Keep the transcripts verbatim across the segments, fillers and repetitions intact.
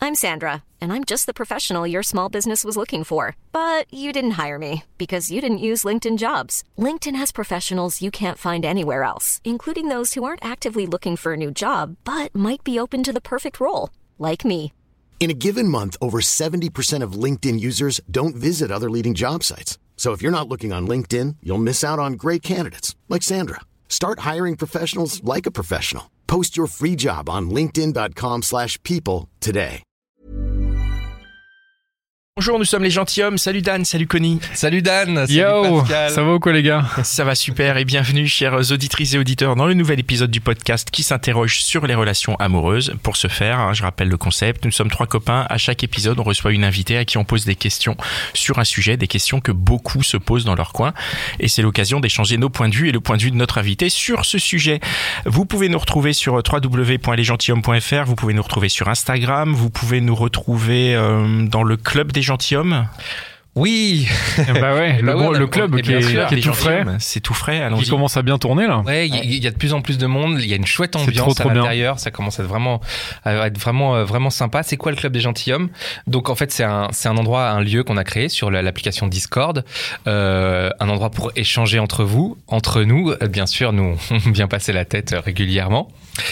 I'm Sandra, and I'm just the professional your small business was looking for. But you didn't hire me because you didn't use LinkedIn Jobs. LinkedIn has professionals you can't find anywhere else, including those who aren't actively looking for a new job, but might be open to the perfect role, like me. In a given month, over seventy percent of LinkedIn users don't visit other leading job sites. So if you're not looking on LinkedIn, you'll miss out on great candidates like Sandra. Start hiring professionals like a professional. Post your free job on linkedin dot com slash people today. Bonjour, nous sommes les gentilshommes. Salut Dan, salut Connie. Salut Dan, salut Yo, Pascal. Ça va ou quoi les gars? Ça va super et bienvenue chères auditrices et auditeurs dans le nouvel épisode du podcast qui s'interroge sur les relations amoureuses. Pour ce faire, hein, je rappelle le concept, nous sommes trois copains. À chaque épisode, on reçoit une invitée à qui on pose des questions sur un sujet, des questions que beaucoup se posent dans leur coin. Et c'est l'occasion d'échanger nos points de vue et le point de vue de notre invité sur ce sujet. Vous pouvez nous retrouver sur w w w point les gentilshommes point f r, vous pouvez nous retrouver sur Instagram, vous pouvez nous retrouver euh, dans le club des gentilshommes. Oui. Bah ouais, le, bah ouais, bon, le club qui est, sûr, qui est tout frais, c'est tout frais. Allons-y. qui commence à bien tourner là. Ouais, il y, y a de plus en plus de monde. Il y a une chouette ambiance trop, trop à l'intérieur. Ça commence à être vraiment, à être vraiment, vraiment sympa. C'est quoi le club des gentilshommes? Donc en fait, c'est un, c'est un endroit, un lieu qu'on a créé sur l'application Discord, euh, un endroit pour échanger entre vous, entre nous. Bien sûr, nous on vient passer la tête régulièrement.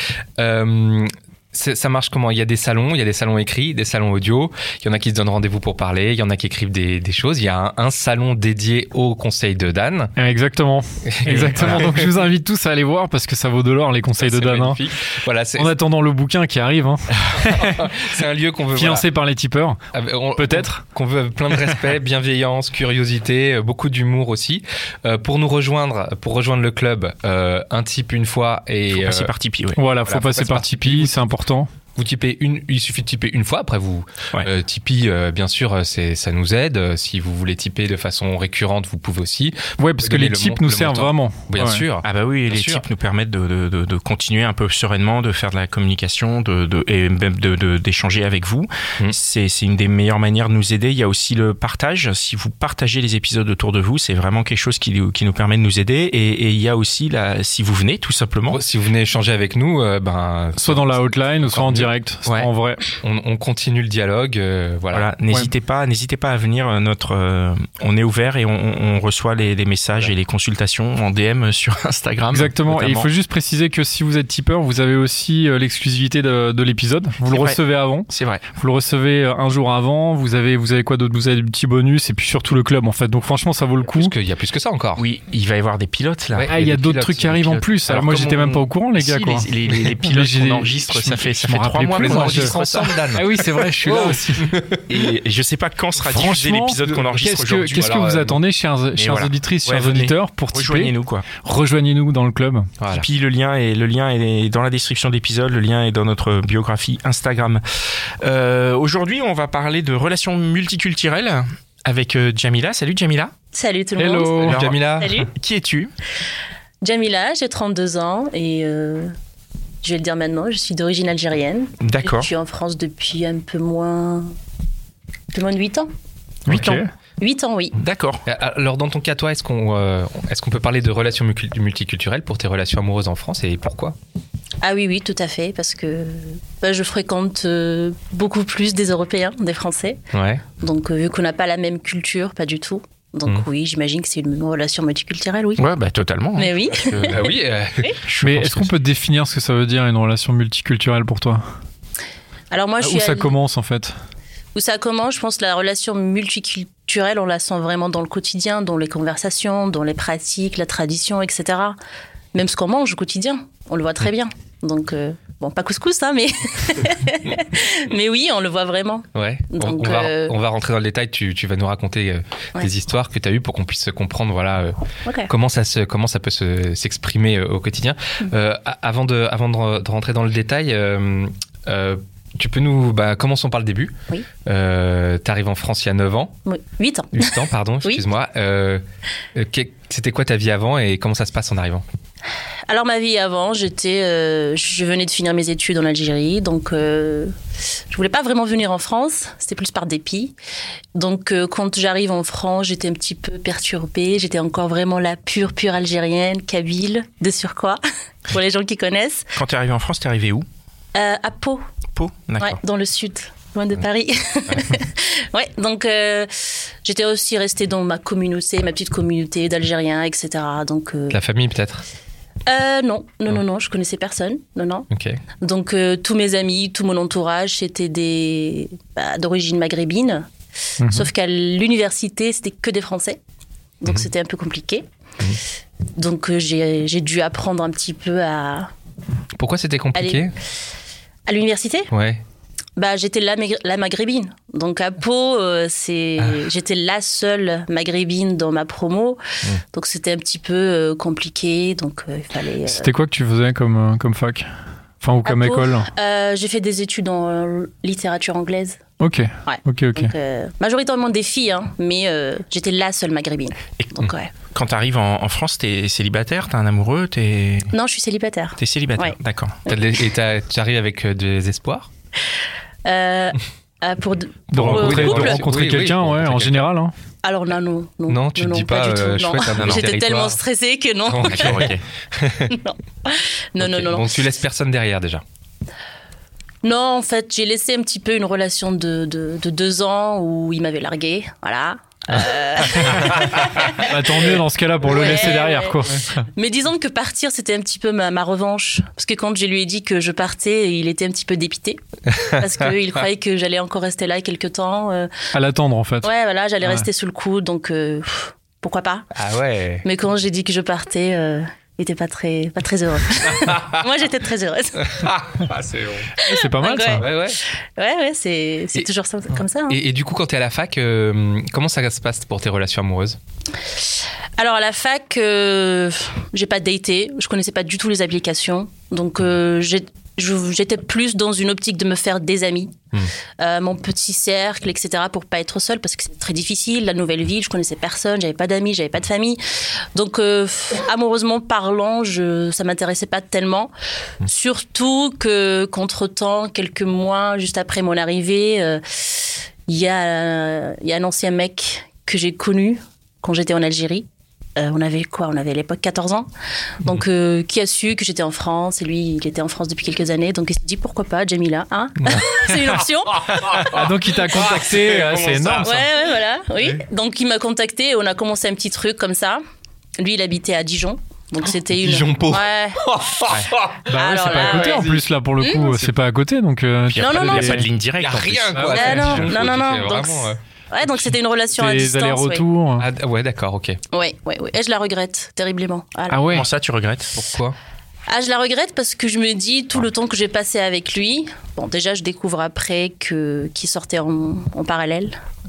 Euh, Ça marche comment? Il y a des salons, il y a des salons écrits, des salons audio. Il y en a qui se donnent rendez-vous pour parler, il y en a qui écrivent des, des choses. Il y a un, un salon dédié au conseil de Dan. Exactement. Exactement. Donc je vous invite tous à aller voir parce que ça vaut de l'or les conseils Ça, de Dan. Hein. Voilà, c'est, en attendant le bouquin qui arrive. Hein. c'est un lieu qu'on veut financé voilà. par les tipeurs. On, Peut-être. Qu'on veut avec plein de respect, bienveillance, curiosité, beaucoup d'humour aussi. Euh, pour nous rejoindre, pour rejoindre le club, euh, un type une fois et faut euh, passer par Tipeee. Ouais. Voilà, faut, voilà, faut passer, passer par Tipeee, Tipeee, c'est important. Vous typez une, il suffit de typer une fois. Après vous, ouais. euh, Tipeee, euh, bien sûr, c'est, ça nous aide. Si vous voulez typer de façon récurrente, vous pouvez aussi. Ouais, parce que les tips nous servent vraiment. Bien ouais. sûr. Ah bah oui, bien les sûr. tips nous permettent de, de, de, de continuer un peu sereinement, de faire de la communication, de, de et même de, de, d'échanger avec vous. Mmh. C'est, c'est une des meilleures manières de nous aider. Il y a aussi le partage. Si vous partagez les épisodes autour de vous, c'est vraiment quelque chose qui, qui nous permet de nous aider. Et, et il y a aussi la, si vous venez, tout simplement. Si vous venez échanger avec nous, euh, ben soit dans la hotline, ou soit en direct, soit ouais. en vrai. On, on continue le dialogue, euh, voilà. voilà. N'hésitez ouais. pas, n'hésitez pas à venir. Notre, euh, on est ouvert et on, on reçoit les, les messages ouais. et les consultations en D M sur Instagram. Exactement. Notamment. Et il faut juste préciser que si vous êtes tipeur, vous avez aussi euh, l'exclusivité de, de l'épisode. Vous C'est le vrai. recevez avant. C'est vrai. Vous le recevez un jour avant. Vous avez, vous avez quoi d'autre? Vous avez des petits bonus et puis surtout le club en fait. Donc franchement, ça vaut le coup. Il y a plus que ça encore. Oui, il va y avoir des pilotes là. Ouais, ah, il y a, a d'autres trucs qui arrivent en plus. Alors, Alors moi, j'étais on... même pas au courant, les gars. Si, quoi. Les, les, les pilotes qu'on enregistre, ça fait, ça fait trois mois qu'on enregistre ensemble, Dan. Ah oui, c'est vrai, je suis là aussi. Et je sais pas quand sera diffusé l'épisode qu'on enregistre qu'est-ce que, aujourd'hui. Qu'est-ce Alors, que vous attendez, chers, chers voilà. auditrices, chers ouais, auditeurs, pour tiper? Rejoignez-nous, quoi. Rejoignez-nous dans le club. Voilà. Puis le lien est, le lien est dans la description de l'épisode, le lien est dans notre biographie Instagram. Euh, aujourd'hui, on va parler de relations multiculturelles avec Jamila. Salut Jamila. Salut tout le Hello. monde. Alors, Jamila. Salut. Qui es-tu? Jamila, j'ai trente-deux ans et euh, je vais le dire maintenant, je suis d'origine algérienne. D'accord. Je suis en France depuis un peu moins, un peu moins de huit ans. huit okay. ans huit ans, oui. D'accord. Alors, dans ton cas, toi, est-ce qu'on, euh, est-ce qu'on peut parler de relations multiculturelles pour tes relations amoureuses en France et pourquoi? Ah oui, oui, tout à fait, parce que bah, je fréquente euh, beaucoup plus des Européens, des Français. Ouais. Donc, euh, vu qu'on n'a pas la même culture, pas du tout. Donc mmh. oui, j'imagine que c'est une relation multiculturelle, oui. Ouais, bah totalement. Mais oui. Que... ah oui, euh... oui. Mais est-ce qu'on peut définir ce que ça veut dire une relation multiculturelle pour toi? Alors moi, je Où suis ça à... commence en fait? Où ça commence, je pense que la relation multiculturelle, on la sent vraiment dans le quotidien, dans les conversations, dans les pratiques, la tradition, et cetera. Même ce qu'on mange au quotidien, on le voit très bien. Donc, euh, bon, pas couscous, hein, mais... mais oui, on le voit vraiment. Ouais, Donc, on, on, va, euh... on va rentrer dans le détail, tu, tu vas nous raconter euh, ouais. des histoires que tu as eues pour qu'on puisse comprendre voilà, euh, okay. comment, ça se, comment ça peut se, s'exprimer euh, au quotidien. Mmh. Euh, avant de, avant de, de rentrer dans le détail... Euh, euh, Tu peux nous... Bah, commençons par le début. Oui. Euh, tu arrives en France il y a neuf ans. Oui, huit ans. huit ans, pardon, excuse-moi. Oui. Euh, c'était quoi ta vie avant et comment ça se passe en arrivant? Alors, ma vie avant, j'étais, euh, je venais de finir mes études en Algérie. Donc, euh, je voulais pas vraiment venir en France. C'était plus par dépit. Donc, euh, quand j'arrive en France, j'étais un petit peu perturbée. J'étais encore vraiment la pure, pure algérienne, kabyle, de surcroît, pour les gens qui connaissent. Quand tu es arrivée en France, tu es arrivée où? euh, À Pau. Pau, d'accord. Ouais, dans le sud. loin de Paris. Ouais, donc euh, j'étais aussi restée dans ma communauté, ma petite communauté d'Algériens, et cetera. Donc euh, La famille peut-être. euh, non, non, non, non, je connaissais personne, non, non. Ok. Donc euh, tous mes amis, tout mon entourage, c'était des bah, d'origine maghrébine. Mhm. Sauf qu'à l'université, c'était que des Français, donc Mhm. c'était un peu compliqué. Donc euh, j'ai j'ai dû apprendre un petit peu à Pourquoi c'était compliqué? à l'université. Ouais. Bah, j'étais la, maghr- la maghrébine. Donc à Pau, euh, c'est, Ah. j'étais la seule maghrébine dans ma promo. Mm. Donc c'était un petit peu euh, compliqué. Donc euh, il fallait. euh, C'était quoi que tu faisais comme, euh, comme fac? Enfin, ou comme à Pau, école? euh, J'ai fait des études en euh, littérature anglaise. Ok. Ouais. Ok, ok. Donc, euh, majoritairement des filles, hein, mais euh, j'étais la seule maghrébine. Et Donc ouais. quand t'arrives en, en France, t'es célibataire, t'as un amoureux, t'es Non, je suis célibataire. t'es célibataire, Ouais. d'accord. T'as de l'es- Et t'as- tu arrives avec euh, des espoirs? Euh, euh, pour de- De pour, euh, rencontrer, de couple. rencontrer Oui, oui, quelqu'un, pour ouais, rencontrer en quelqu'un. général. Hein. Alors non, non, non. Non, tu te dis pas, du euh, tout. Non. chouette, un nouveau J'étais territoire. tellement stressée que non. Non. D'accord, ok. non. Non, non, Ok. non, non. Donc tu laisses personne derrière déjà. Non, en fait, j'ai laissé un petit peu une relation de, de, de deux ans où il m'avait largué, voilà. Euh, Bah, tant mieux dans ce cas-là pour le Ouais, laisser derrière, ouais. quoi. Mais disons que partir, c'était un petit peu ma, ma revanche. Parce que quand je lui ai dit que je partais, il était un petit peu dépité. Parce qu'il croyait que j'allais encore rester là quelques temps. Euh, À l'attendre, en fait. ouais, voilà, j'allais Ouais. rester sous le coude, donc euh, pff, pourquoi pas. Ah ouais. Mais quand j'ai dit que je partais, euh, il était pas très, pas très heureux. Moi, j'étais très heureuse. Ah, c'est bon. C'est pas mal, Donc, ça. Ouais, ouais. Ouais, ouais, c'est, c'est Et- toujours ça- comme ça. hein. Et, et du coup, quand t'es à la fac, euh, comment ça se passe pour tes relations amoureuses? Alors à la fac, euh, j'ai pas daté, je connaissais pas du tout les applications, donc euh, j'ai- je- j'étais plus dans une optique de me faire des amis, Hmm. Euh, mon petit cercle, et cetera, pour pas être seule parce que c'est très difficile. La nouvelle ville, je connaissais personne, j'avais pas d'amis, j'avais pas de famille, donc euh, amoureusement parlant, je, ça m'intéressait pas tellement. Surtout que qu'entre-temps, quelques mois juste après mon arrivée, euh, il y a il y a un ancien mec que j'ai connu quand j'étais en Algérie. Euh, on avait quoi? On avait à l'époque quatorze ans. Donc, euh, qui a su que j'étais en France? Et lui, il était en France depuis quelques années. Donc, il s'est dit, pourquoi pas, Jamila, hein? C'est une option. Ah, donc il t'a contacté, ah, c'est énorme, Ouais, ça. ouais, voilà. Oui. Donc, il m'a contacté et on a commencé un petit truc comme ça. Lui, il habitait à Dijon. Donc, c'était une. Dijon-Pau. Ouais. Bah ouais, Alors c'est pas là, à côté, ouais. en plus, là, pour le coup. C'est pas à côté, donc... euh, Puis y a Non, pas, non, de- non, y a pas de ligne Y directe. a en plus. rien, quoi. Ah, c'est non, Dijon-Pau, non, non, tu non, fais donc- vraiment, euh, Ouais, donc c'était une relation à Des distance. Ouais, allers-retours. Ah, ouais, d'accord, ok. ouais, ouais, ouais. Et je la regrette terriblement. Voilà. Ah ouais. Comment ça, tu regrettes? Pourquoi? Ah, je la regrette parce que je me dis tout le temps que j'ai passé avec lui. Bon, déjà, je découvre après que qu'il sortait en, en parallèle.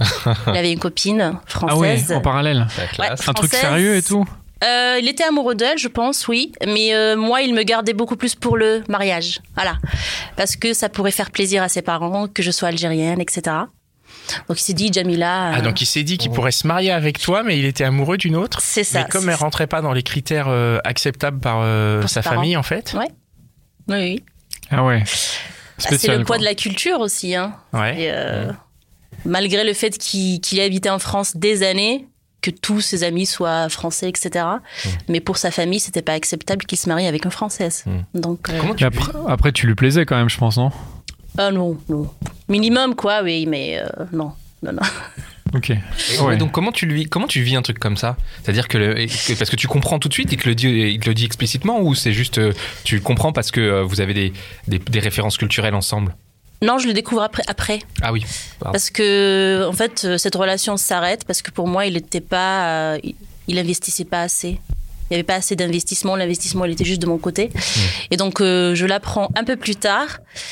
Il avait une copine Ah française. ouais, en parallèle. La Ouais, classe. Un truc française. sérieux et tout. Euh, il était amoureux d'elle, je pense, oui. Mais euh, moi, il me gardait beaucoup plus pour le mariage. Voilà. Parce que ça pourrait faire plaisir à ses parents, que je sois algérienne, et cetera. Donc il s'est dit, Jamila. Ah, euh, donc il s'est dit qu'il pourrait se marier avec toi, mais il était amoureux d'une autre. C'est ça. Mais comme c'est elle rentrait pas dans les critères euh, acceptables par euh, Pour sa ses parents. famille, en fait. Oui, oui. Ah ouais. Bah, c'est Spécial, le poids quoi. de la culture aussi. Hein. Ouais. Et, euh, malgré le fait qu'il qu'il ait habité en France des années, que tous ses amis soient français, et cetera. Mm. Mais pour sa famille, c'était pas acceptable qu'il se marie avec une Française. Mm. Donc, euh, Comment Mais tu après, après, tu lui plaisais quand même, je pense, non? ah non, non. Minimum, quoi, oui, mais euh, non. Non, non. Ok. Et Ouais. ouais, donc comment tu le vis, comment tu vis un truc comme ça? C'est-à-dire que, le- et que- parce que tu comprends tout de suite et que le dit, il te le dit explicitement, ou c'est juste euh, tu comprends parce que euh, vous avez des, des, des références culturelles ensemble? Non, je le découvre après. après Ah oui. Pardon. parce que, en fait, euh, cette relation s'arrête parce que pour moi, il n'était pas. euh, il, il investissait pas assez. Il n'y avait pas assez d'investissement. L'investissement, il était juste de mon côté. Et donc, euh, je l'apprends un peu plus tard.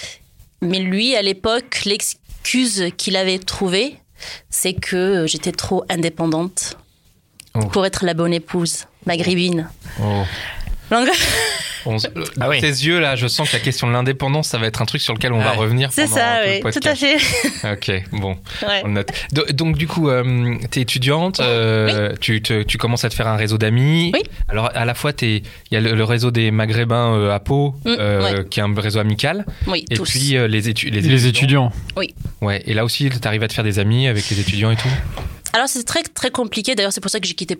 Mais lui, à l'époque, l'excuse qu'il avait trouvée, c'est que j'étais trop indépendante Oh. pour être la bonne épouse maghrébine. Oh. Donc, On se- Ah oui. Tes yeux là, je sens que la question de l'indépendance, ça va être un truc sur lequel on va Ouais. revenir. c'est pendant ça, tout le oui, tout à podcast. fait. Ok, bon, Ouais. on note. Do- Donc du coup, euh, t'es étudiante, euh, tu, te- tu commences à te faire un réseau d'amis. Oui. Alors à la fois, t'es- il y a le, le réseau des Maghrébins euh, à Pau, Mm, euh, ouais. qui est un réseau amical. Oui, Et tous. puis euh, les, étu- les, Les étudiants. Ouais. Et là aussi, t'arrives à te faire des amis avec les étudiants et tout. Alors c'est très très compliqué. D'ailleurs c'est pour ça que j'ai quitté Pau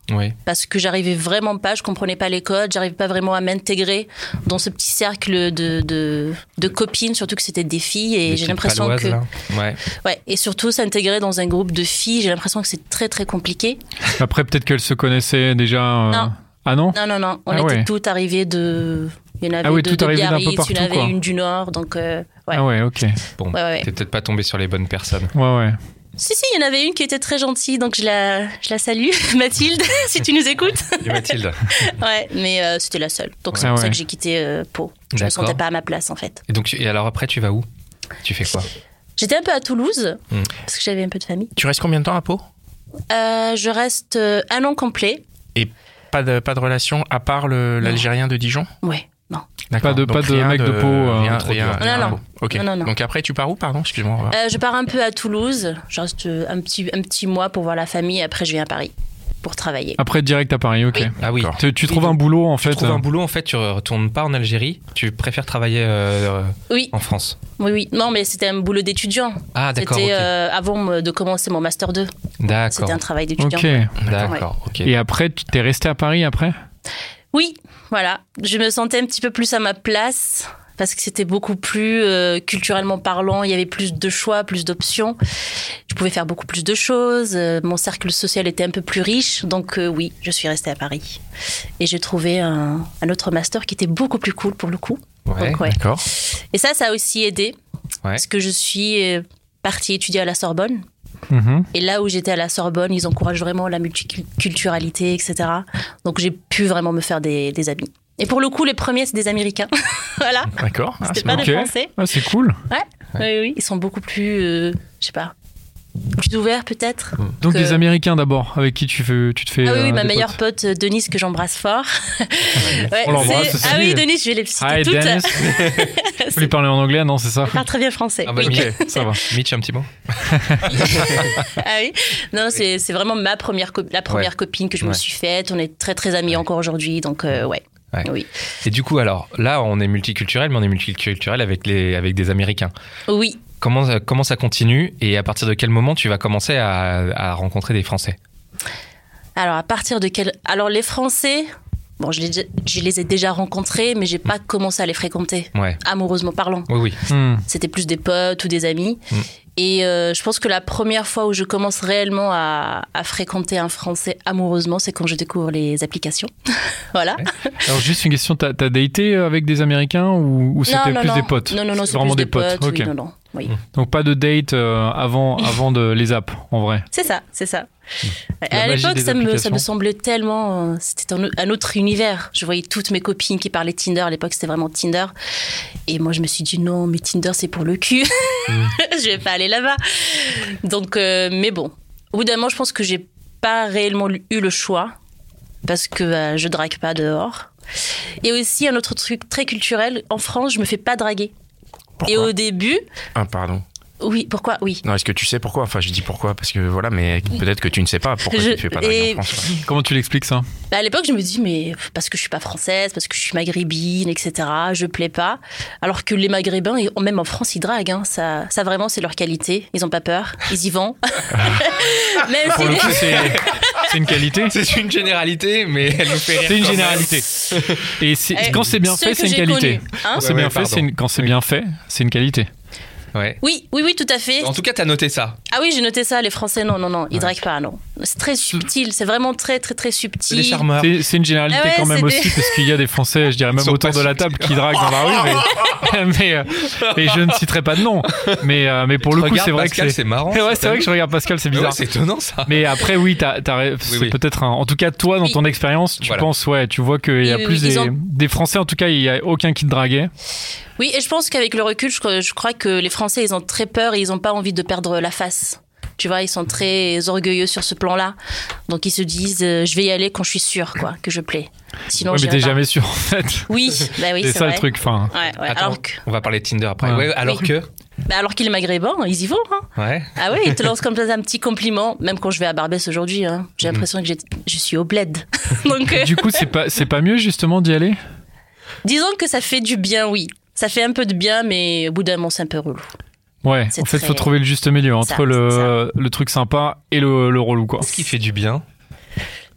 Oui. Parce que j'arrivais vraiment pas, je comprenais pas les codes, j'arrivais pas vraiment à m'intégrer dans ce petit cercle de, de, de copines, surtout que c'était des filles. Et Des j'ai petites l'impression paloises, que. là. Ouais. Ouais, et surtout s'intégrer dans un groupe de filles, j'ai l'impression que c'est très très compliqué. Après, peut-être qu'elles se connaissaient déjà. euh, Non. Ah non Non, non, non, on Ah était ouais. toutes arrivées de. Il y en avait Ah oui, deux toutes de arrivées d'un peu Biarritz, partout, il y en avait quoi. une du Nord, donc. euh, ouais. Ah ouais, ok. Bon, Ouais, ouais. t'es peut-être pas tombé sur les bonnes personnes. Ouais, ouais. Si, si, il y en avait une qui était très gentille, donc je la, je la salue, Mathilde, si tu nous écoutes. Et Mathilde. Ouais, mais euh, c'était la seule. Donc c'est Ah pour ça ouais. que j'ai quitté euh, Pau. Je me D'accord. sentais pas à ma place, en fait. Et, donc, tu- et alors après, tu vas où? Tu fais quoi? J'étais un peu à Toulouse, Mm. parce que j'avais un peu de famille. Tu restes combien de temps à Pau? Euh, je reste euh, un an complet. Pas de, pas de relation à part le- l'Algérien de Dijon? Ouais, non. D'accord. Pas de- Donc pas de rien mec de Pau, euh, rien, trop rien, dur. rien Non, à non. Pau. Ok. Non, non, non. Donc après, tu pars où, pardon? Excuse-moi. Euh, je pars un peu à Toulouse. Je reste euh, un petit, un petit mois pour voir la famille. Après, je viens à Paris pour travailler. Après, direct à Paris, ok. Oui. Ah oui. D'accord. Tu, tu Oui, trouves donc, un boulot, en Tu fait. trouves euh, un boulot, en fait, tu retournes pas en Algérie, tu préfères travailler euh, Oui, en France. oui, oui. Non, mais c'était un boulot d'étudiant. Ah, d'accord. C'était ok. euh, avant de commencer mon Master deux. D'accord. C'était un travail d'étudiant. Ok. D'accord. Ok. Et après, tu t'es resté à Paris après? Oui, voilà. Je me sentais un petit peu plus à ma place parce que c'était beaucoup plus euh, culturellement parlant. Il y avait plus de choix, plus d'options. Je pouvais faire beaucoup plus de choses. Euh, mon cercle social était un peu plus riche. Donc euh, oui, je suis restée à Paris. Et j'ai trouvé un, un autre master qui était beaucoup plus cool pour le coup. Ouais. Donc, ouais. D'accord. Et ça, ça a aussi aidé. Ouais. Parce que je suis euh, partie étudier à la Sorbonne. Mhm. Et là où j'étais à la Sorbonne, ils encouragent vraiment la multiculturalité, et cetera. Donc j'ai pu vraiment me faire des, des amis. Et pour le coup, les premiers, c'est des Américains. Voilà. D'accord. Ah, C'était c'est pas bon. Ok. des Français. Ah, c'est cool. Ouais. Oui, oui. Ils sont beaucoup plus, euh, je sais pas, plus ouverts peut-être. Donc Que- des Américains d'abord, avec qui tu, fais, tu te fais. Ah oui, oui, euh, ma des meilleure potes. pote, euh, Denise, que j'embrasse fort. Ouais, On l'embrasse, c'est- c'est Ah oui, lui. Denise, je vais les citer Hi, toutes. Dennis. Faut lui parler en anglais, non, c'est ça? Elle parle très bien français. Ah bah, oui. Mitch, Ça va. Mitch, un petit mot. Ah oui. Non, c'est c'est vraiment ma première, co- la première Ouais. copine que je Ouais. me suis faite. On est très très amis encore aujourd'hui, donc euh, ouais. Ouais. Oui. Et du coup, alors, là, on est multiculturel, mais on est multiculturel avec, les, avec des Américains. Oui. Comment, ça- comment ça continue et à partir de quel moment tu vas commencer à, à rencontrer des Français? Alors, à partir de quel. Alors, les Français, bon, je les, je les ai déjà rencontrés, mais j'ai pas commencé à les fréquenter, Ouais. amoureusement parlant. Oui, oui. Hmm. C'était plus des potes ou des amis. Mm. Et euh, je pense que la première fois où je commence réellement à, à fréquenter un Français amoureusement, c'est quand je découvre les applications. Voilà. Ouais. Alors, juste une question, t'as t'as daté avec des Américains ou, ou c'était non, non, plus non. des potes? Non, non, non, c'est vraiment plus des des potes. potes. Oui, Ok. non, non. Oui. Donc pas de date euh, avant, avant de les apps, en vrai. C'est ça, c'est ça. Ouais, La à magie l'époque, des ça me, ça applications. me semblait tellement. euh, C'était un, un autre univers. Je voyais toutes mes copines qui parlaient Tinder. À l'époque, c'était vraiment Tinder. Et moi, je me suis dit non, mais Tinder, c'est pour le cul. Je vais pas aller là-bas. Donc, euh, mais bon. Au bout d'un moment, je pense que j'ai pas réellement eu le choix. Parce que euh, je drague pas dehors. Et aussi, un autre truc très culturel. En France, je me fais pas draguer. Pourquoi? Et au début. Ah, pardon. Oui, pourquoi? Oui. Non, est-ce que tu sais pourquoi? Enfin, je dis pourquoi parce que voilà, mais peut-être que tu ne sais pas pourquoi Je- tu ne fais pas draguer et- en France. ouais. Comment tu l'expliques ça? Bah, à l'époque, je me dis, mais parce que je suis pas française, parce que je suis maghrébine, et cetera, je plais pas. Alors que les maghrébins, ils- même en France, ils draguent. Hein. Ça, ça, vraiment, c'est leur qualité. Ils ont pas peur. Ils y vont. Même Pour si- le coup, c'est c'est une qualité. C'est une généralité, mais elle nous fait rire. C'est une quand même. généralité. Et c'est- Eh, quand c'est bien ceux fait, que c'est une j'ai qualité. connus, hein. Quand c'est Ouais, bien ouais, fait, pardon. c'est une- quand c'est bien fait, c'est une qualité. Ouais. Oui, oui, oui, tout à fait. En tout cas, t'as noté ça. Ah oui, j'ai noté ça. Les Français, non, non, non, ils Ouais. draguent pas, non. C'est très subtil. C'est vraiment très, très, très subtil. C'est des charmeurs. C'est c'est une généralité Ah ouais, quand même c'est aussi, des- parce qu'il y a des Français, je dirais même Ils sont autour pas de la table, qui draguent dans la rue, mais, mais, euh, mais je ne citerai pas de nom. Mais, euh, mais pour le coup, Regarde, c'est vrai Pascal, que c'est. c'est marrant. Ouais, c'est vrai que je regarde Pascal, c'est Ouais, bizarre. c'est étonnant ça. Mais après, oui, t'as, t'as, c'est oui. peut-être un. En tout cas, toi, dans Oui. ton expérience, tu Voilà. penses, ouais, tu vois qu'il y a Oui, oui, plus oui, des, ils ont- des Français, en tout cas, il n'y a aucun qui te draguait. Oui, et je pense qu'avec le recul, je, crois- je crois que les Français, ils ont très peur et ils n'ont pas envie de perdre la face. Tu vois, ils sont très orgueilleux sur ce plan-là. Donc, ils se disent, euh, je vais y aller quand je suis sûre, quoi, que je plais. Sinon, Ouais, mais j'irai t'es pas. jamais sûr, en fait. Oui, bah oui, c'est c'est ça vrai. le truc. Enfin, Ouais, ouais. Attends, Alors, que, on va parler de Tinder après. Ouais. Ouais, alors Oui. que. bah alors qu'il est maghrébin, ils y vont. Hein. Ouais. Ah oui, ils te lancent comme ça un petit compliment. Même quand je vais à Barbès aujourd'hui, hein, j'ai l'impression que j'ai- je suis au bled. Donc, euh, du coup, c'est pas, c'est pas mieux justement d'y aller. disons que ça fait du bien, oui. Ça fait un peu de bien, mais au bout d'un moment, c'est un peu relou. Ouais, C'est en fait, il très- faut trouver le juste milieu entre Ça, le, le truc sympa et le, le relou, quoi. Ce qui fait du bien.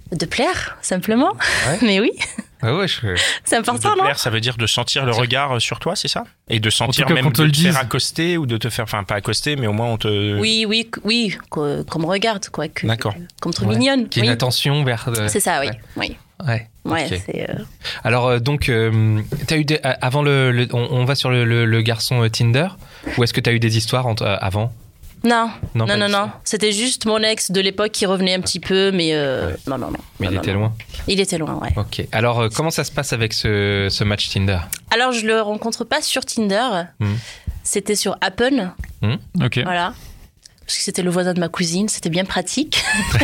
De plaire, simplement. Ouais. Mais oui, Ouais, ouais, je... c'est important, De non? plaire, ça veut dire de sentir le regard sur toi, c'est ça? Et de sentir cas, même qu'on de te le te faire dise. accoster ou de te faire, enfin pas accoster, mais au moins on te. Oui, oui, oui, qu'on qu'on me regarde, quoi. Que, D'accord. Comme trop Ouais. mignonne. Qu'il y ait oui. une attention vers... euh, C'est ça, oui. Ouais. Oui. Ouais, Ouais, ok. c'est. euh, Alors, euh, donc, euh, t'as eu des... euh, avant le... le- on, on va sur le, le, le garçon euh, Tinder, ou est-ce que t'as eu des histoires entre, euh, avant? Non, Non, non, pas non, du non. tout. C'était juste mon ex de l'époque qui revenait un petit peu, mais euh, Ouais. non, non, non. Mais non, il non, était non. loin. Il était loin, ouais. Ok. Alors, euh, comment ça se passe avec ce, ce match Tinder? Alors, je le rencontre pas sur Tinder. Hmm. C'était sur Happen, Ok. voilà. Parce que c'était le voisin de ma cousine, c'était bien pratique.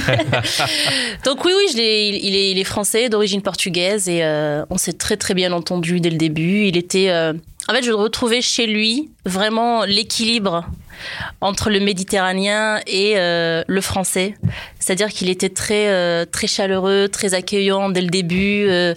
Donc oui, oui, je l'ai- il, il est, il est français, d'origine portugaise, et euh, on s'est très très bien entendu dès le début. Il était, euh, en fait, je retrouvais chez lui vraiment l'équilibre entre le méditerranéen et euh, le français. C'est-à-dire qu'il était très euh, très chaleureux, très accueillant dès le début, euh,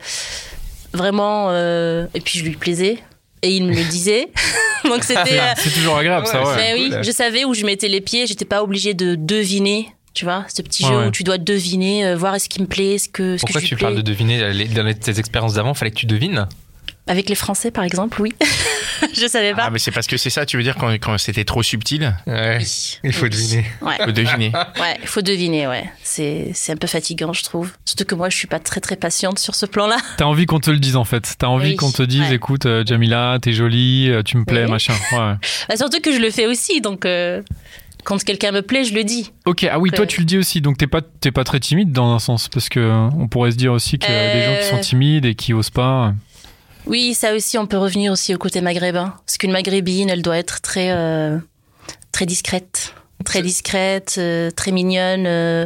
vraiment. euh, et puis je lui plaisais, et il me le disait. Donc c'était. euh, C'est toujours agréable, ça, ouais. ben oui, cool. je savais où je mettais les pieds, j'étais pas obligée de deviner, tu vois, ce petit Ouais, jeu ouais. où tu dois deviner, euh, voir est-ce qui me plaît, est-ce que, est-ce que Pourquoi je lui tu plais. parles de deviner euh, les- dans les- tes expériences d'avant? Fallait que tu devines? Avec les Français, par exemple, oui. Je savais pas. Ah, mais c'est parce que c'est ça, tu veux dire, quand, quand c'était trop subtil, Ouais. Oui. Il faut Oui. deviner. Ouais, faut deviner. ouais, il faut deviner, ouais. C'est, c'est un peu fatigant, je trouve. Surtout que moi, je suis pas très très patiente sur ce plan-là. T'as envie qu'on te le dise en fait. T'as envie Oui, qu'on te dise, ouais. écoute, euh, Jamila, t'es jolie, euh, tu me plais, Oui. machin. Ouais. Bah, surtout que je le fais aussi, donc euh, quand quelqu'un me plaît, je le dis. Ok, ah oui, toi Ouais. tu le dis aussi, donc t'es pas, t'es pas très timide dans un sens, parce que euh, on pourrait se dire aussi qu'il y a des gens qui Euh. sont timides et qui osent pas. Oui, ça aussi, on peut revenir aussi au côté maghrébin. Parce qu'une maghrébine, elle doit être très, euh, très discrète. Très discrète, euh, très mignonne, euh,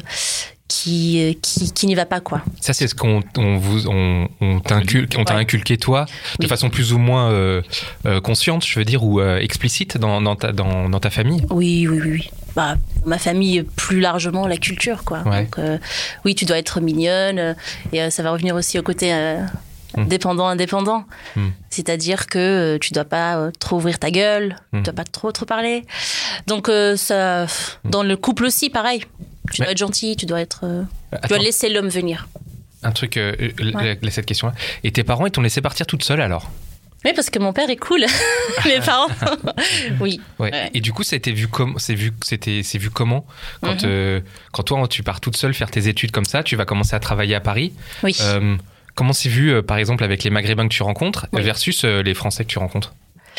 qui, euh, qui, qui n'y va pas, quoi. Ça, c'est ce qu'on on vous, on, on t'inculque, on t'a Ouais. inculqué, toi, de Oui. façon plus ou moins euh, euh, consciente, je veux dire, ou euh, explicite dans, dans, ta, dans, dans ta famille. Oui, oui, oui, oui. Bah, dans ma famille, plus largement, la culture, quoi. Ouais. Donc, euh, oui, tu dois être mignonne. euh, et euh, ça va revenir aussi au côté euh, Mm. dépendant, indépendant. Mm. C'est-à-dire que euh, tu dois pas euh, trop ouvrir ta gueule, Mm. tu dois pas trop, trop parler. Donc, euh, ça, dans le couple aussi, pareil. Tu Mais- dois être gentil, tu dois être... euh, tu Attends, dois laisser l'homme venir. un truc, euh, euh, Ouais. la- cette question-là. Et tes parents, ils t'ont laissé partir toute seule alors? Oui, parce que mon père est cool. Mes parents. Oui. Ouais. Ouais. Et du coup, ça a été vu comme, c'est vu, c'était, c'est vu comment quand, Mhm. euh, quand toi, tu pars toute seule faire tes études comme ça, tu vas commencer à travailler à Paris. Oui. Euh, comment c'est vu, euh, par exemple, avec les Maghrébins que tu rencontres Oui. versus euh, les Français que tu rencontres?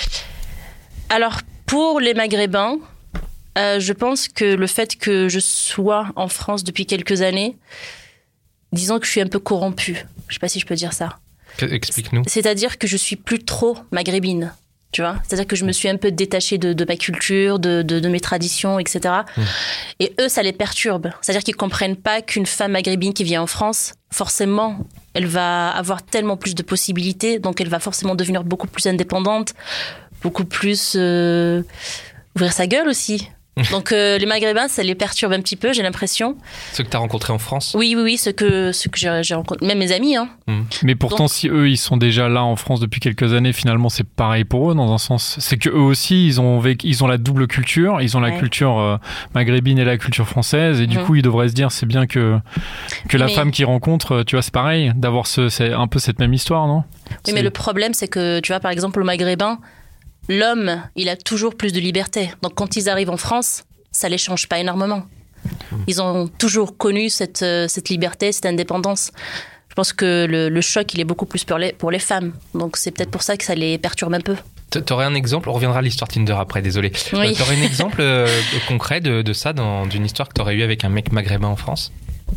Alors, pour les Maghrébins, euh, je pense que le fait que je sois en France depuis quelques années, disons que je suis un peu corrompue. Je sais pas si je peux dire ça. Que- Explique-nous. C'est-à-dire que je suis plus trop maghrébine. Tu vois, c'est-à-dire que je me suis un peu détachée de, de ma culture, de, de, de mes traditions, et cetera. Mmh. Et eux, ça les perturbe. C'est-à-dire qu'ils comprennent pas qu'une femme maghrébine qui vient en France, forcément, elle va avoir tellement plus de possibilités, donc elle va forcément devenir beaucoup plus indépendante, beaucoup plus euh, ouvrir sa gueule aussi. Donc euh, les Maghrébins, ça les perturbe un petit peu, j'ai l'impression. Ceux que tu as rencontrés en France? Oui, oui, oui, ce que, ce que j'ai, j'ai rencontré, même mes amis, hein. Mais pourtant, Donc- si eux, ils sont déjà là en France depuis quelques années, finalement, c'est pareil pour eux dans un sens. C'est que eux aussi, ils ont vécu- ils ont la double culture, ils ont la Ouais. culture euh, maghrébine et la culture française, et du Mhm. coup, ils devraient se dire, c'est bien que que la Mais- femme qu'ils rencontrent, euh, tu vois, c'est pareil, d'avoir ce, c'est un peu cette même histoire, non? Oui, mais le problème, c'est que, tu vois, par exemple, au Maghrébin, l'homme, il a toujours plus de liberté. Donc, quand ils arrivent en France, ça les change pas énormément. Ils ont toujours connu cette, euh, cette liberté, cette indépendance. Je pense que le, le choc, il est beaucoup plus pour les, pour les femmes. Donc, c'est peut-être pour ça que ça les perturbe un peu. T'aurais un exemple, on reviendra à l'histoire Tinder après, désolé. Oui. Euh, T'aurais un exemple euh, concret de, de ça, dans- d'une histoire que t'aurais eu avec un mec maghrébin en France?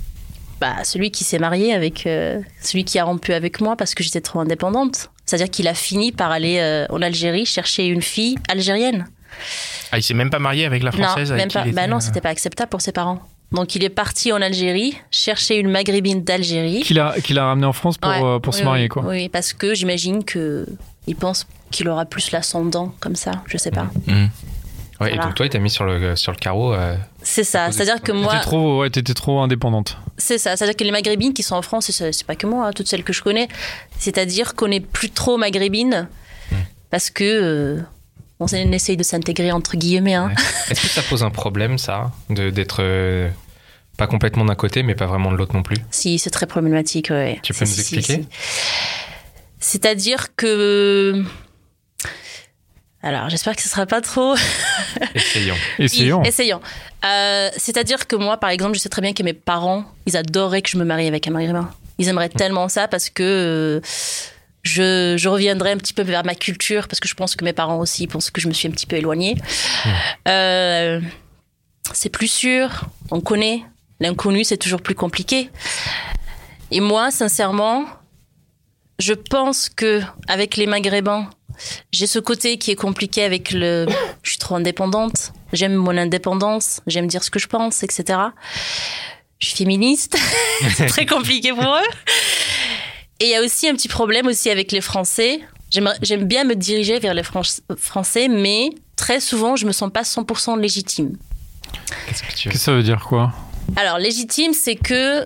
Bah, celui qui s'est marié avec... euh, celui qui a rompu avec moi parce que j'étais trop indépendante. C'est-à-dire qu'il a fini par aller euh, en Algérie chercher une fille algérienne. Ah, il s'est même pas marié avec la française Non, avec même qui pas. il était, Bah non, euh, c'était pas acceptable pour ses parents. Donc il est parti en Algérie chercher une maghrébine d'Algérie. Qu'il a, qu'il a ramené en France pour, Ouais. euh, pour se Oui, marier, oui, quoi. Oui, parce que j'imagine que il pense qu'il aura plus l'ascendant comme ça. Je sais pas. hmm. Ouais, et Voilà. donc toi, il t'a mis sur le, sur le carreau. euh, C'est ça. Posé- C'est-à-dire que moi, T'étais trop, ouais, t'étais trop indépendante. c'est ça. C'est-à-dire que les maghrébines qui sont en France, c'est c'est pas que moi, hein, toutes celles que je connais. C'est-à-dire qu'on est plus trop maghrébine parce que euh, on essaye de s'intégrer entre guillemets. Hein. ouais. Est-ce que ça pose un problème, ça, de, d'être, euh, Pas complètement d'un côté, mais pas vraiment de l'autre non plus. Si, c'est très problématique, ouais. Tu peux Si, nous si, expliquer? si, si. C'est-à-dire que... Alors, j'espère que ce ne sera pas trop... Essayons. Essayons. Oui, essayons. Euh, c'est-à-dire que moi, par exemple, je sais très bien que mes parents, ils adoraient que je me marie avec un maghrébin. Ils aimeraient tellement ça parce que euh, je, je reviendrai un petit peu vers ma culture, parce que je pense que mes parents aussi pensent que je me suis un petit peu éloignée. Mmh. Euh, c'est plus sûr, on connaît. L'inconnu, c'est toujours plus compliqué. Et moi, sincèrement, je pense que avec les Maghrébins, j'ai ce côté qui est compliqué avec le... Je suis trop indépendante. J'aime mon indépendance. J'aime dire ce que je pense, et cetera. Je suis féministe. C'est très compliqué pour eux. Et il y a aussi un petit problème aussi avec les Français. J'aime, j'aime bien me diriger vers les Fran- Français, mais très souvent, je me sens pas cent pour cent légitime. Qu'est-ce que tu veux? Qu'est-ce que ça veut dire, quoi? Alors, légitime, c'est que...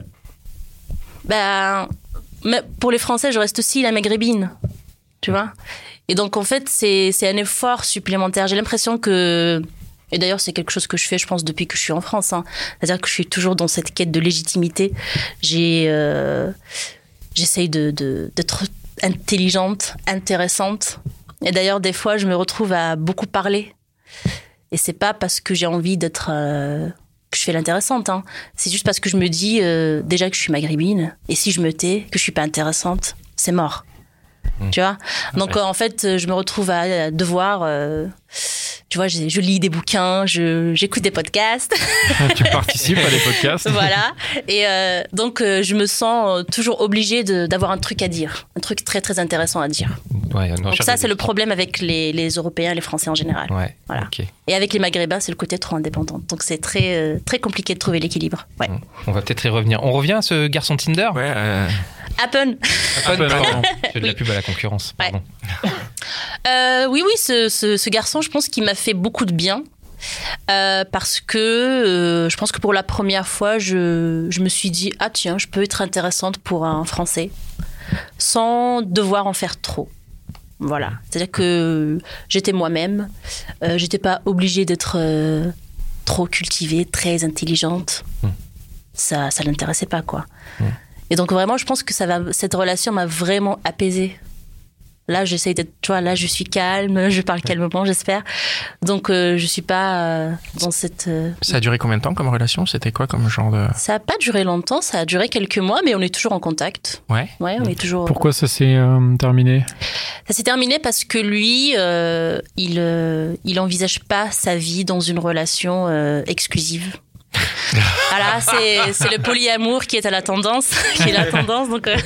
Ben, pour les Français, je reste aussi la maghrébine. Tu vois? Et donc, en fait, c'est, c'est un effort supplémentaire. J'ai l'impression que... Et d'ailleurs, c'est quelque chose que je fais, je pense, depuis que je suis en France. Hein. C'est-à-dire que je suis toujours dans cette quête de légitimité. J'ai, euh, j'essaye de, de, d'être intelligente, intéressante. Et d'ailleurs, des fois, je me retrouve à beaucoup parler. Et c'est pas parce que j'ai envie d'être... Euh, que je fais l'intéressante. Hein. C'est juste parce que je me dis, euh, déjà que je suis maghrébine. Et si je me tais, que je suis pas intéressante, c'est mort. Mmh. Tu vois? Donc, ouais. euh, en fait, je me retrouve à devoir... Euh, tu vois, je, je lis des bouquins, je, j'écoute des podcasts. Tu participes à des podcasts. Voilà. Et euh, donc, euh, je me sens toujours obligée de, d'avoir un truc à dire. Un truc très, très intéressant à dire. Ouais, donc ça, c'est le problème avec les, les Européens, les Français en général. Ouais, voilà. Okay. Et avec les Maghrébins, c'est le côté trop indépendant. Donc, c'est très, euh, très compliqué de trouver l'équilibre. Ouais. On va peut-être y revenir. On revient à ce garçon Tinder? Ouais. Euh... Happen. Happen, pardon. Je fais de la oui. pub à la concurrence. Pardon. Ouais. Euh, oui, oui, ce, ce, ce garçon, je pense qu'il m'a fait beaucoup de bien. Euh, parce que euh, je pense que pour la première fois, je, je me suis dit, ah tiens, je peux être intéressante pour un Français sans devoir en faire trop. Voilà. C'est-à-dire que j'étais moi-même. Euh, j'étais pas obligée d'être euh, trop cultivée, très intelligente. Mmh. Ça, ça l'intéressait pas, quoi. Mmh. Et donc vraiment, je pense que ça va, cette relation m'a vraiment apaisée. Là, j'essaye d'être, tu vois, là, je suis calme, je parle calmement, j'espère. Donc, euh, je suis pas euh, dans cette... Euh... Ça a duré combien de temps comme relation? C'était quoi comme genre de... Ça a pas duré longtemps, ça a duré quelques mois, mais on est toujours en contact. Ouais. Ouais, on est toujours... Pourquoi ça s'est euh, terminé? Ça s'est terminé parce que lui, euh, il, euh, il envisage pas sa vie dans une relation euh, exclusive. Voilà, c'est, c'est le polyamour qui est à la tendance, qui est la tendance, donc... Euh...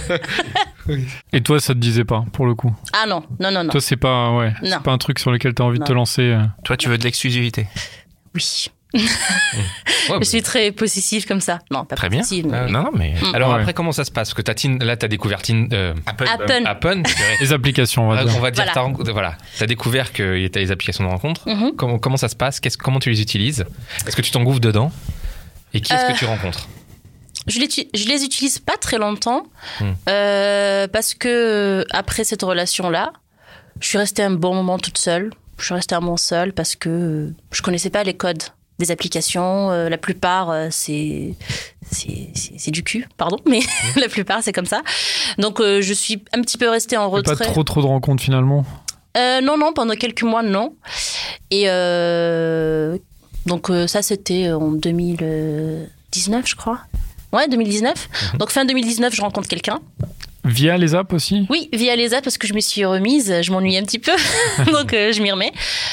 Et toi, ça te disait pas, pour le coup? Ah non, non, non, non. Toi, c'est pas, ouais, non. c'est pas un truc sur lequel tu as envie non. de te lancer? Toi, tu veux de l'exclusivité? Oui. Mmh. Ouais, je suis très possessive comme ça. Non, pas très possessive. bien. Mais... Non, non, mais... Mmh. Alors ouais. Après, comment ça se passe? Parce que t'as tin... là, tu as découvert tin... euh... Happen. Happen. Happen. Les applications, on va dire. On va dire, voilà. Tu voilà. as découvert qu'il y a les applications de rencontre. Mmh. Comment, comment ça se passe? Qu'est-ce... Comment tu les utilises? Est-ce que tu t'engouffres dedans? Et qui est-ce euh... que tu rencontres? Je les, je les utilise pas très longtemps mmh. euh, parce que après cette relation-là, je suis restée un bon moment toute seule. Je suis restée un moment seule parce que je connaissais pas les codes des applications. Euh, la plupart, euh, c'est, c'est, c'est, c'est du cul, pardon, mais mmh. la plupart, c'est comme ça. Donc, euh, je suis un petit peu restée en retrait. Pas trop, trop de rencontres finalement? euh, Non, non, pendant quelques mois, non. Et euh, donc, euh, ça, c'était en deux mille dix-neuf, je crois. Ouais, deux mille dix-neuf. Mmh. Donc, fin deux mille dix-neuf, je rencontre quelqu'un. Via les apps aussi? Oui, via les apps, parce que je me suis remise, je m'ennuie un petit peu, donc euh, je m'y remets.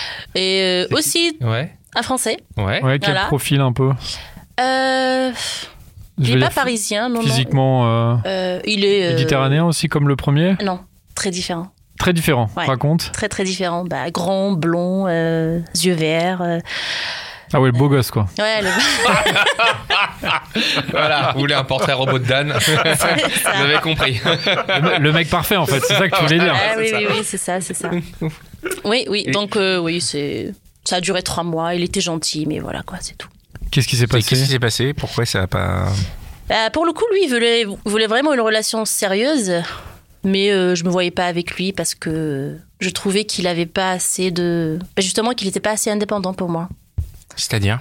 Et euh, aussi, ouais. un Français. Ouais, ouais quel voilà. profil un peu? euh, Il n'est pas parisien, non, physiquement, non. Euh, euh, il est... Euh... Méditerranéen aussi, comme le premier? Non, très différent. Très différent, ouais. Raconte. Très, très différent. Bah, grand, blond, euh, yeux verts... Euh... Ah ouais, le beau gosse, quoi. Ouais, le... Voilà, vous voulez un portrait robot de Dan? Vous avez compris. Le, le mec parfait, en fait, c'est ça que tu voulais dire. Ah, oui, oui, oui, c'est ça, c'est ça. Oui, oui, donc euh, oui, c'est... ça a duré trois mois, il était gentil, mais voilà, quoi, c'est tout. Qu'est-ce qui s'est passé? Qu'est-ce qui s'est passé? Pourquoi ça n'a pas... Bah, pour le coup, lui, il voulait, voulait vraiment une relation sérieuse, mais euh, je me voyais pas avec lui parce que je trouvais qu'il avait pas assez de... Bah, justement, qu'il était pas assez indépendant pour moi. C'est-à-dire?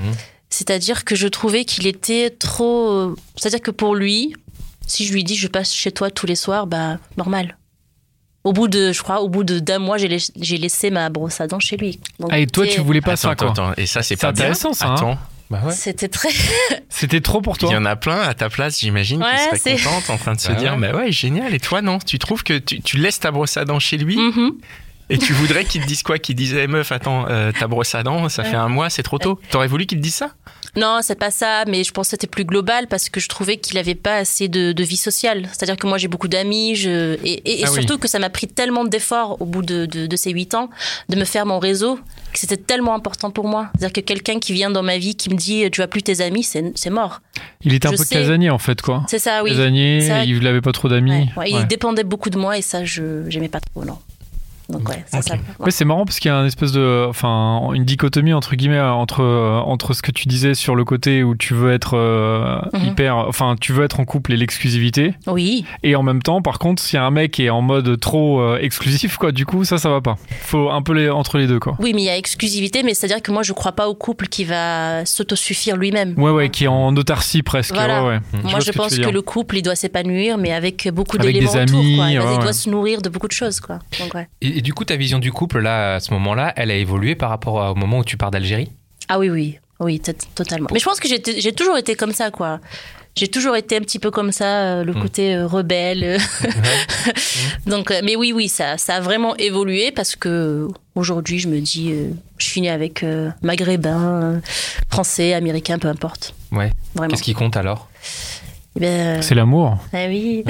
C'est-à-dire que je trouvais qu'il était trop... C'est-à-dire que pour lui, si je lui dis je passe chez toi tous les soirs, bah normal. Au bout de, je crois, au bout de d'un mois, j'ai, laissé, j'ai laissé ma brosse à dents chez lui. Donc, ah, et toi, tu voulais pas attends, ça, quoi. Attends, attends. Et ça, c'est, c'est pas intéressant, bien. ça. Hein. Attends. Bah ouais. C'était très... C'était trop pour toi. Il y en a plein à ta place, j'imagine, ouais, qui seraient c'est... contentes en train de se bah dire, ouais. mais ouais, génial. Et toi, non? Tu trouves que tu, tu laisses ta brosse à dents chez lui Mm-hmm. et tu voudrais qu'il te dise quoi? Qu'il dise, hey, meuf, attends, euh, ta brosse à dents, ça fait un mois, c'est trop tôt. T'aurais voulu qu'il te dise ça? Non, c'est pas ça, mais je pense que c'était plus global parce que je trouvais qu'il avait pas assez de, de vie sociale. C'est-à-dire que moi, j'ai beaucoup d'amis, je... et, et, et Ah surtout oui. que ça m'a pris tellement d'efforts au bout de, de, de ces huit ans de me faire mon réseau que c'était tellement important pour moi. C'est-à-dire que quelqu'un qui vient dans ma vie, qui me dit tu vois plus tes amis, c'est, c'est mort. Il était un Je peu sais. casanier, en fait, quoi. C'est ça, oui. Casanier, Ça- il n'avait pas trop d'amis. Ouais, ouais, Ouais. Il dépendait beaucoup de moi et ça, je j'aimais pas trop, non. Donc ouais, ça, Ok. ça. ouais. Ouais, c'est marrant parce qu'il y a une espèce de, enfin, une dichotomie entre guillemets entre euh, entre ce que tu disais sur le côté où tu veux être euh, Mhm. hyper, enfin, tu veux être en couple et l'exclusivité, Oui. et en même temps, par contre, s'il y a un mec qui est en mode trop euh, exclusif, quoi, du coup, ça, ça va pas. Faut un peu les, entre les deux, quoi. Oui, mais il y a exclusivité, mais c'est-à-dire que moi, je crois pas au couple qui va s'autosuffire lui-même. Ouais, ouais, qui est en autarcie presque. Voilà. Ouais, ouais. Moi, vois je ce que pense tu veux que dire. le couple, il doit s'épanouir, mais avec beaucoup Avec d'éléments des autour. amis, Quoi. ouais, Il ouais. doit se nourrir de beaucoup de choses, quoi. Donc, ouais. Et, et du coup, ta vision du couple, là, à ce moment-là, elle a évolué par rapport au moment où tu pars d'Algérie? Ah oui, oui, oui, t- totalement. Mais je pense que j'ai, t- j'ai toujours été comme ça, quoi. J'ai toujours été un petit peu comme ça, euh, le Mm. côté euh, rebelle. euh. Ouais. Donc, euh, mais oui, oui, ça, ça a vraiment évolué parce que aujourd'hui, je me dis, euh, je finis avec euh, maghrébin, euh, français, américain, peu importe. Ouais. Vraiment. Qu'est-ce qui compte alors? Eh ben, C'est l'amour. ah oui.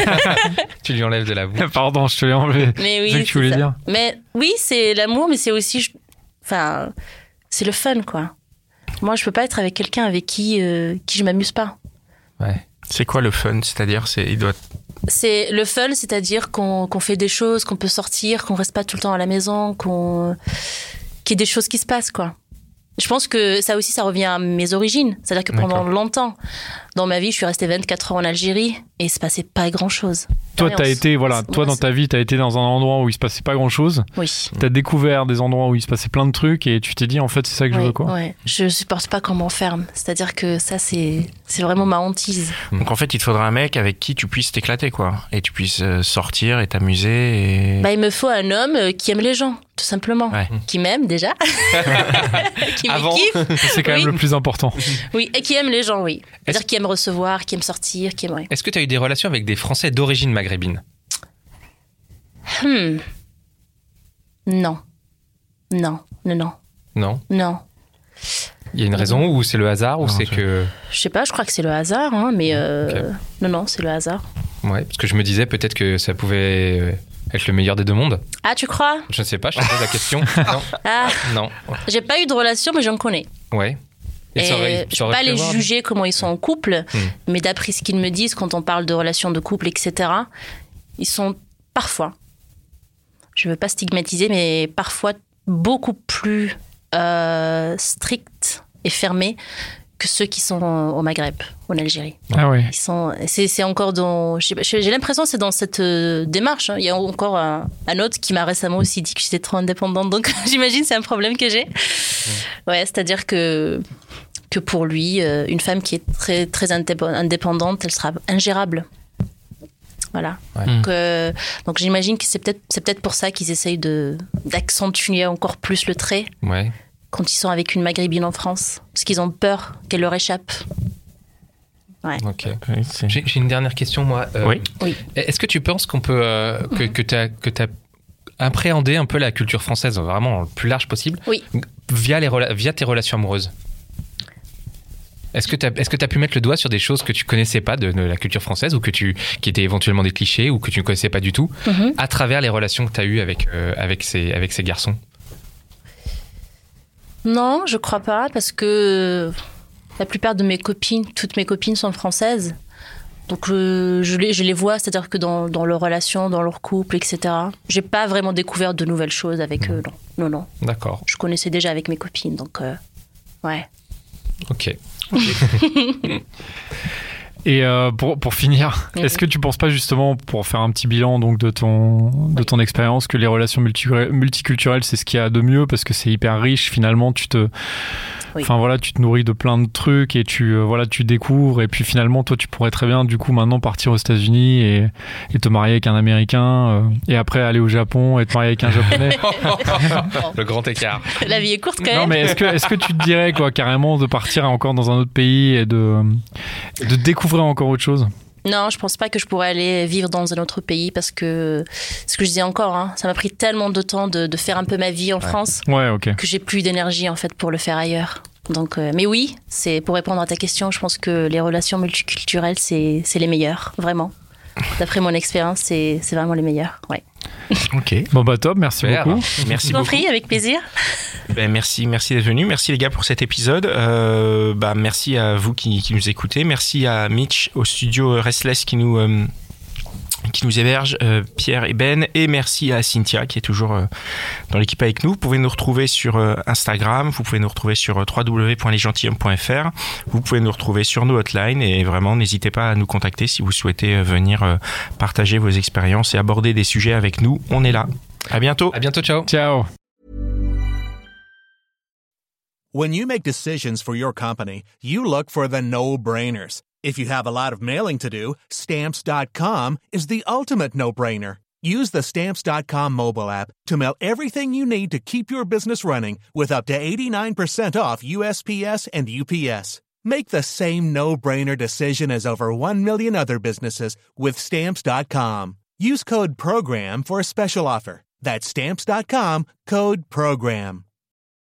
Tu lui enlèves de la boue. Pardon, je te l'ai enlevé. Mais oui, C'est ça que tu voulais ça. dire. Mais oui, c'est l'amour, mais c'est aussi, je- enfin, c'est le fun, quoi. Moi, je peux pas être avec quelqu'un avec qui, euh, qui je m'amuse pas. Ouais. C'est quoi le fun? C'est-à-dire, c'est, il doit... C'est le fun, c'est-à-dire qu'on, qu'on fait des choses, qu'on peut sortir, qu'on reste pas tout le temps à la maison, qu'on, qu'il y ait des choses qui se passent, quoi. Je pense que ça aussi, ça revient à mes origines. C'est-à-dire que pendant D'accord. longtemps, dans ma vie, je suis restée vingt-quatre ans en Algérie et il se passait pas grand-chose. Toi, Rien, t'as on s- été, voilà, on s- toi on dans s- ta vie, t'as été dans un endroit où il se passait pas grand-chose. Oui. T'as découvert des endroits où il se passait plein de trucs et tu t'es dit, en fait, c'est ça que je Ouais, veux, quoi. ouais. Je supporte pas qu'on m'enferme. C'est-à-dire que ça, c'est, c'est vraiment ma hantise. Donc en fait, il te faudra un mec avec qui tu puisses t'éclater, quoi. Et tu puisses euh, sortir et t'amuser et... Bah, il me faut un homme euh, qui aime les gens, tout simplement. Ouais. Qui m'aime déjà. qui me Avant. kiffe. C'est quand Oui. même le plus important. Oui, et qui aime les gens, oui. Est-ce- C'est-à-dire qui aime recevoir, qui aime sortir, qui aime... ouais. Est-ce que tu as eu des relations avec des Français d'origine maghrébine? Hmm. Non. Non, non, non, Non. non. Il y a une raison ou c'est le hasard ou Non, c'est je- que... Je sais pas, je crois que c'est le hasard, hein, mais... euh, Non, non, c'est le hasard. Ouais, parce que je me disais peut-être que ça pouvait euh, être le meilleur des deux mondes. Ah, tu crois? Je ne sais pas, je te pose la question. Non. Ah, Non. j'ai pas eu de relation, mais j'en connais. Ouais. Et ça aurait- je ça peux aurait pas pu les avoir- juger comment ils sont en couple, Hmm. mais d'après ce qu'ils me disent quand on parle de relations de couple, et cetera, ils sont parfois, je veux pas stigmatiser, mais parfois beaucoup plus euh, stricts et fermés que ceux qui sont au Maghreb, en Algérie. Ah ouais. Ils sont, c'est, c'est encore dans, je sais pas, j'ai l'impression que c'est dans cette euh, démarche. hein. Il y a encore un, un autre qui m'a récemment aussi dit que j'étais trop indépendante, donc j'imagine que c'est un problème que j'ai. Ouais, c'est-à-dire que que pour lui, euh, une femme qui est très très indép- indépendante, elle sera ingérable. Voilà. Ouais. Donc, euh, donc j'imagine que c'est peut-être c'est peut-être pour ça qu'ils essayent de d'accentuer encore plus le trait Ouais. quand ils sont avec une maghrébine en France, parce qu'ils ont peur qu'elle leur échappe. Ok. Oui, c'est- J'ai j'ai une dernière question, moi. Euh, Oui. Oui. Est-ce que tu penses qu'on peut euh, que, que tu as que t'as appréhendé un peu la culture française vraiment le plus large possible Oui. via les rela- via tes relations amoureuses? Est-ce que tu as, est-ce que tu as pu mettre le doigt sur des choses que tu connaissais pas de, de la culture française ou que tu, qui étaient éventuellement des clichés ou que tu ne connaissais pas du tout Mhm. à travers les relations que tu as eues avec, euh, avec, ces, avec ces garçons? Non, je crois pas, parce que la plupart de mes copines, toutes mes copines sont françaises. Donc euh, je, les, je les vois, c'est-à-dire que dans, dans leurs relations, dans leur couple, et cetera. J'ai pas vraiment découvert de nouvelles choses avec eux, non. Non, non. D'accord, Je connaissais déjà avec mes copines, donc euh, ouais. ok. Et euh, pour, pour finir, Mhm. est-ce que tu penses pas justement, pour faire un petit bilan donc de ton, de ton expérience, que les relations multi- multiculturelles, c'est ce qu'il y a de mieux parce que c'est hyper riche, finalement, tu te... Oui. Enfin voilà, tu te nourris de plein de trucs et tu euh, voilà, tu découvres. Et puis finalement, toi, tu pourrais très bien du coup maintenant partir aux États-Unis et, et te marier avec un Américain euh, et après aller au Japon et te marier avec un Japonais. Le grand écart. La vie est courte quand même. Non, mais est-ce que est-ce que tu te dirais quoi carrément de partir encore dans un autre pays et de de découvrir encore autre chose? Non, je pense pas que je pourrais aller vivre dans un autre pays parce que, ce que je disais encore, hein, ça m'a pris tellement de temps de, de faire un peu ma vie en Ouais. France Ouais, ok. que j'ai plus d'énergie en fait pour le faire ailleurs. Donc, euh, mais oui, c'est pour répondre à ta question, je pense que les relations multiculturelles, c'est, c'est les meilleures, vraiment. D'après mon expérience, c'est, c'est vraiment les meilleures. Ouais. Ok. Bon bah top, merci Super. beaucoup. Merci Je t'en beaucoup. prie, avec plaisir. Ben, merci, merci d'être venu. Merci les gars pour cet épisode. Euh, bah, merci à vous qui, qui nous écoutez. Merci à Mitch au studio Restless qui nous euh, qui nous héberge, euh, Pierre et Ben, et merci à Cynthia qui est toujours euh, dans l'équipe avec nous. Vous pouvez nous retrouver sur euh, Instagram, vous pouvez nous retrouver sur euh, w w w point les gentilshommes point f r, vous pouvez nous retrouver sur nos hotlines et vraiment n'hésitez pas à nous contacter si vous souhaitez euh, venir euh, partager vos expériences et aborder des sujets avec nous. On est là. À bientôt. À bientôt, ciao. Ciao. When you make decisions for your company, you look for the no-brainers. If you have a lot of mailing to do, Stamps dot com is the ultimate no-brainer. Use the Stamps dot com mobile app to mail everything you need to keep your business running with up to eighty-nine percent off U S P S and U P S. Make the same no-brainer decision as over one million other businesses with Stamps dot com. Use code PROGRAM for a special offer. That's Stamps dot com, code PROGRAM.